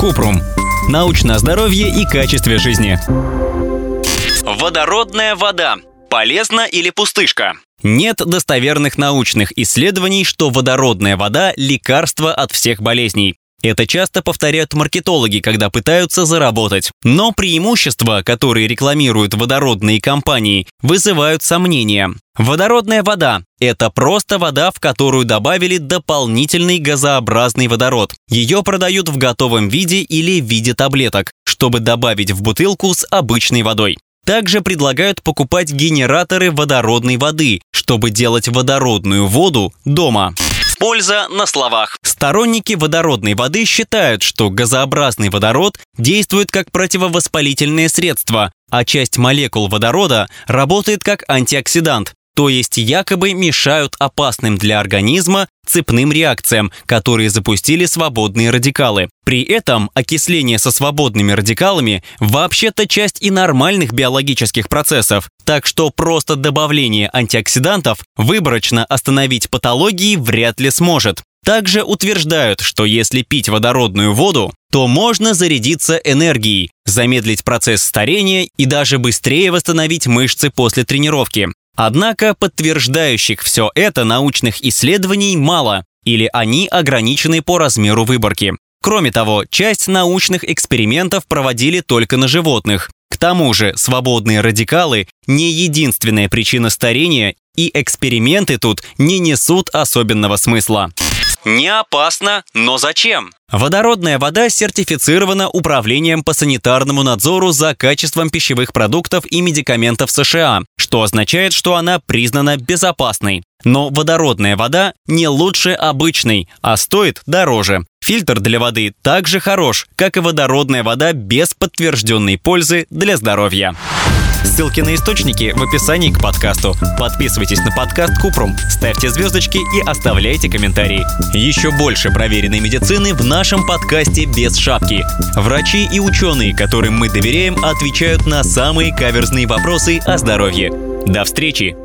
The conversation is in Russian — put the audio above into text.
Купрум. Научное здоровье и качестве жизни. Водородная вода. Полезна или пустышка? Нет достоверных научных исследований, что водородная вода – лекарство от всех болезней. Это часто повторяют маркетологи, когда пытаются заработать. Но преимущества, которые рекламируют водородные компании, вызывают сомнения. Водородная вода – это просто вода, в которую добавили дополнительный газообразный водород. Ее продают в готовом виде или в виде таблеток, чтобы добавить в бутылку с обычной водой. Также предлагают покупать генераторы водородной воды, чтобы делать водородную воду дома. Польза на словах. Сторонники водородной воды считают, что газообразный водород действует как противовоспалительное средство, а часть молекул водорода работает как антиоксидант, то есть якобы мешают опасным для организма цепным реакциям, которые запустили свободные радикалы. При этом окисление со свободными радикалами вообще-то часть и нормальных биологических процессов, так что просто добавление антиоксидантов выборочно остановить патологии вряд ли сможет. Также утверждают, что если пить водородную воду, то можно зарядиться энергией, замедлить процесс старения и даже быстрее восстановить мышцы после тренировки. Однако подтверждающих все это научных исследований мало, или они ограничены по размеру выборки. Кроме того, часть научных экспериментов проводили только на животных. К тому же свободные радикалы – не единственная причина старения, и эксперименты тут не несут особенного смысла. Не опасно, но зачем? Водородная вода сертифицирована Управлением по санитарному надзору за качеством пищевых продуктов и медикаментов США, что означает, что она признана безопасной. Но водородная вода не лучше обычной, а стоит дороже. Фильтр для воды также хорош, как и водородная вода без подтвержденной пользы для здоровья. Ссылки на источники в описании к подкасту. Подписывайтесь на подкаст Купрум, ставьте звездочки и оставляйте комментарии. Еще больше проверенной медицины в нашем подкасте «Без шапки». Врачи и ученые, которым мы доверяем, отвечают на самые каверзные вопросы о здоровье. До встречи!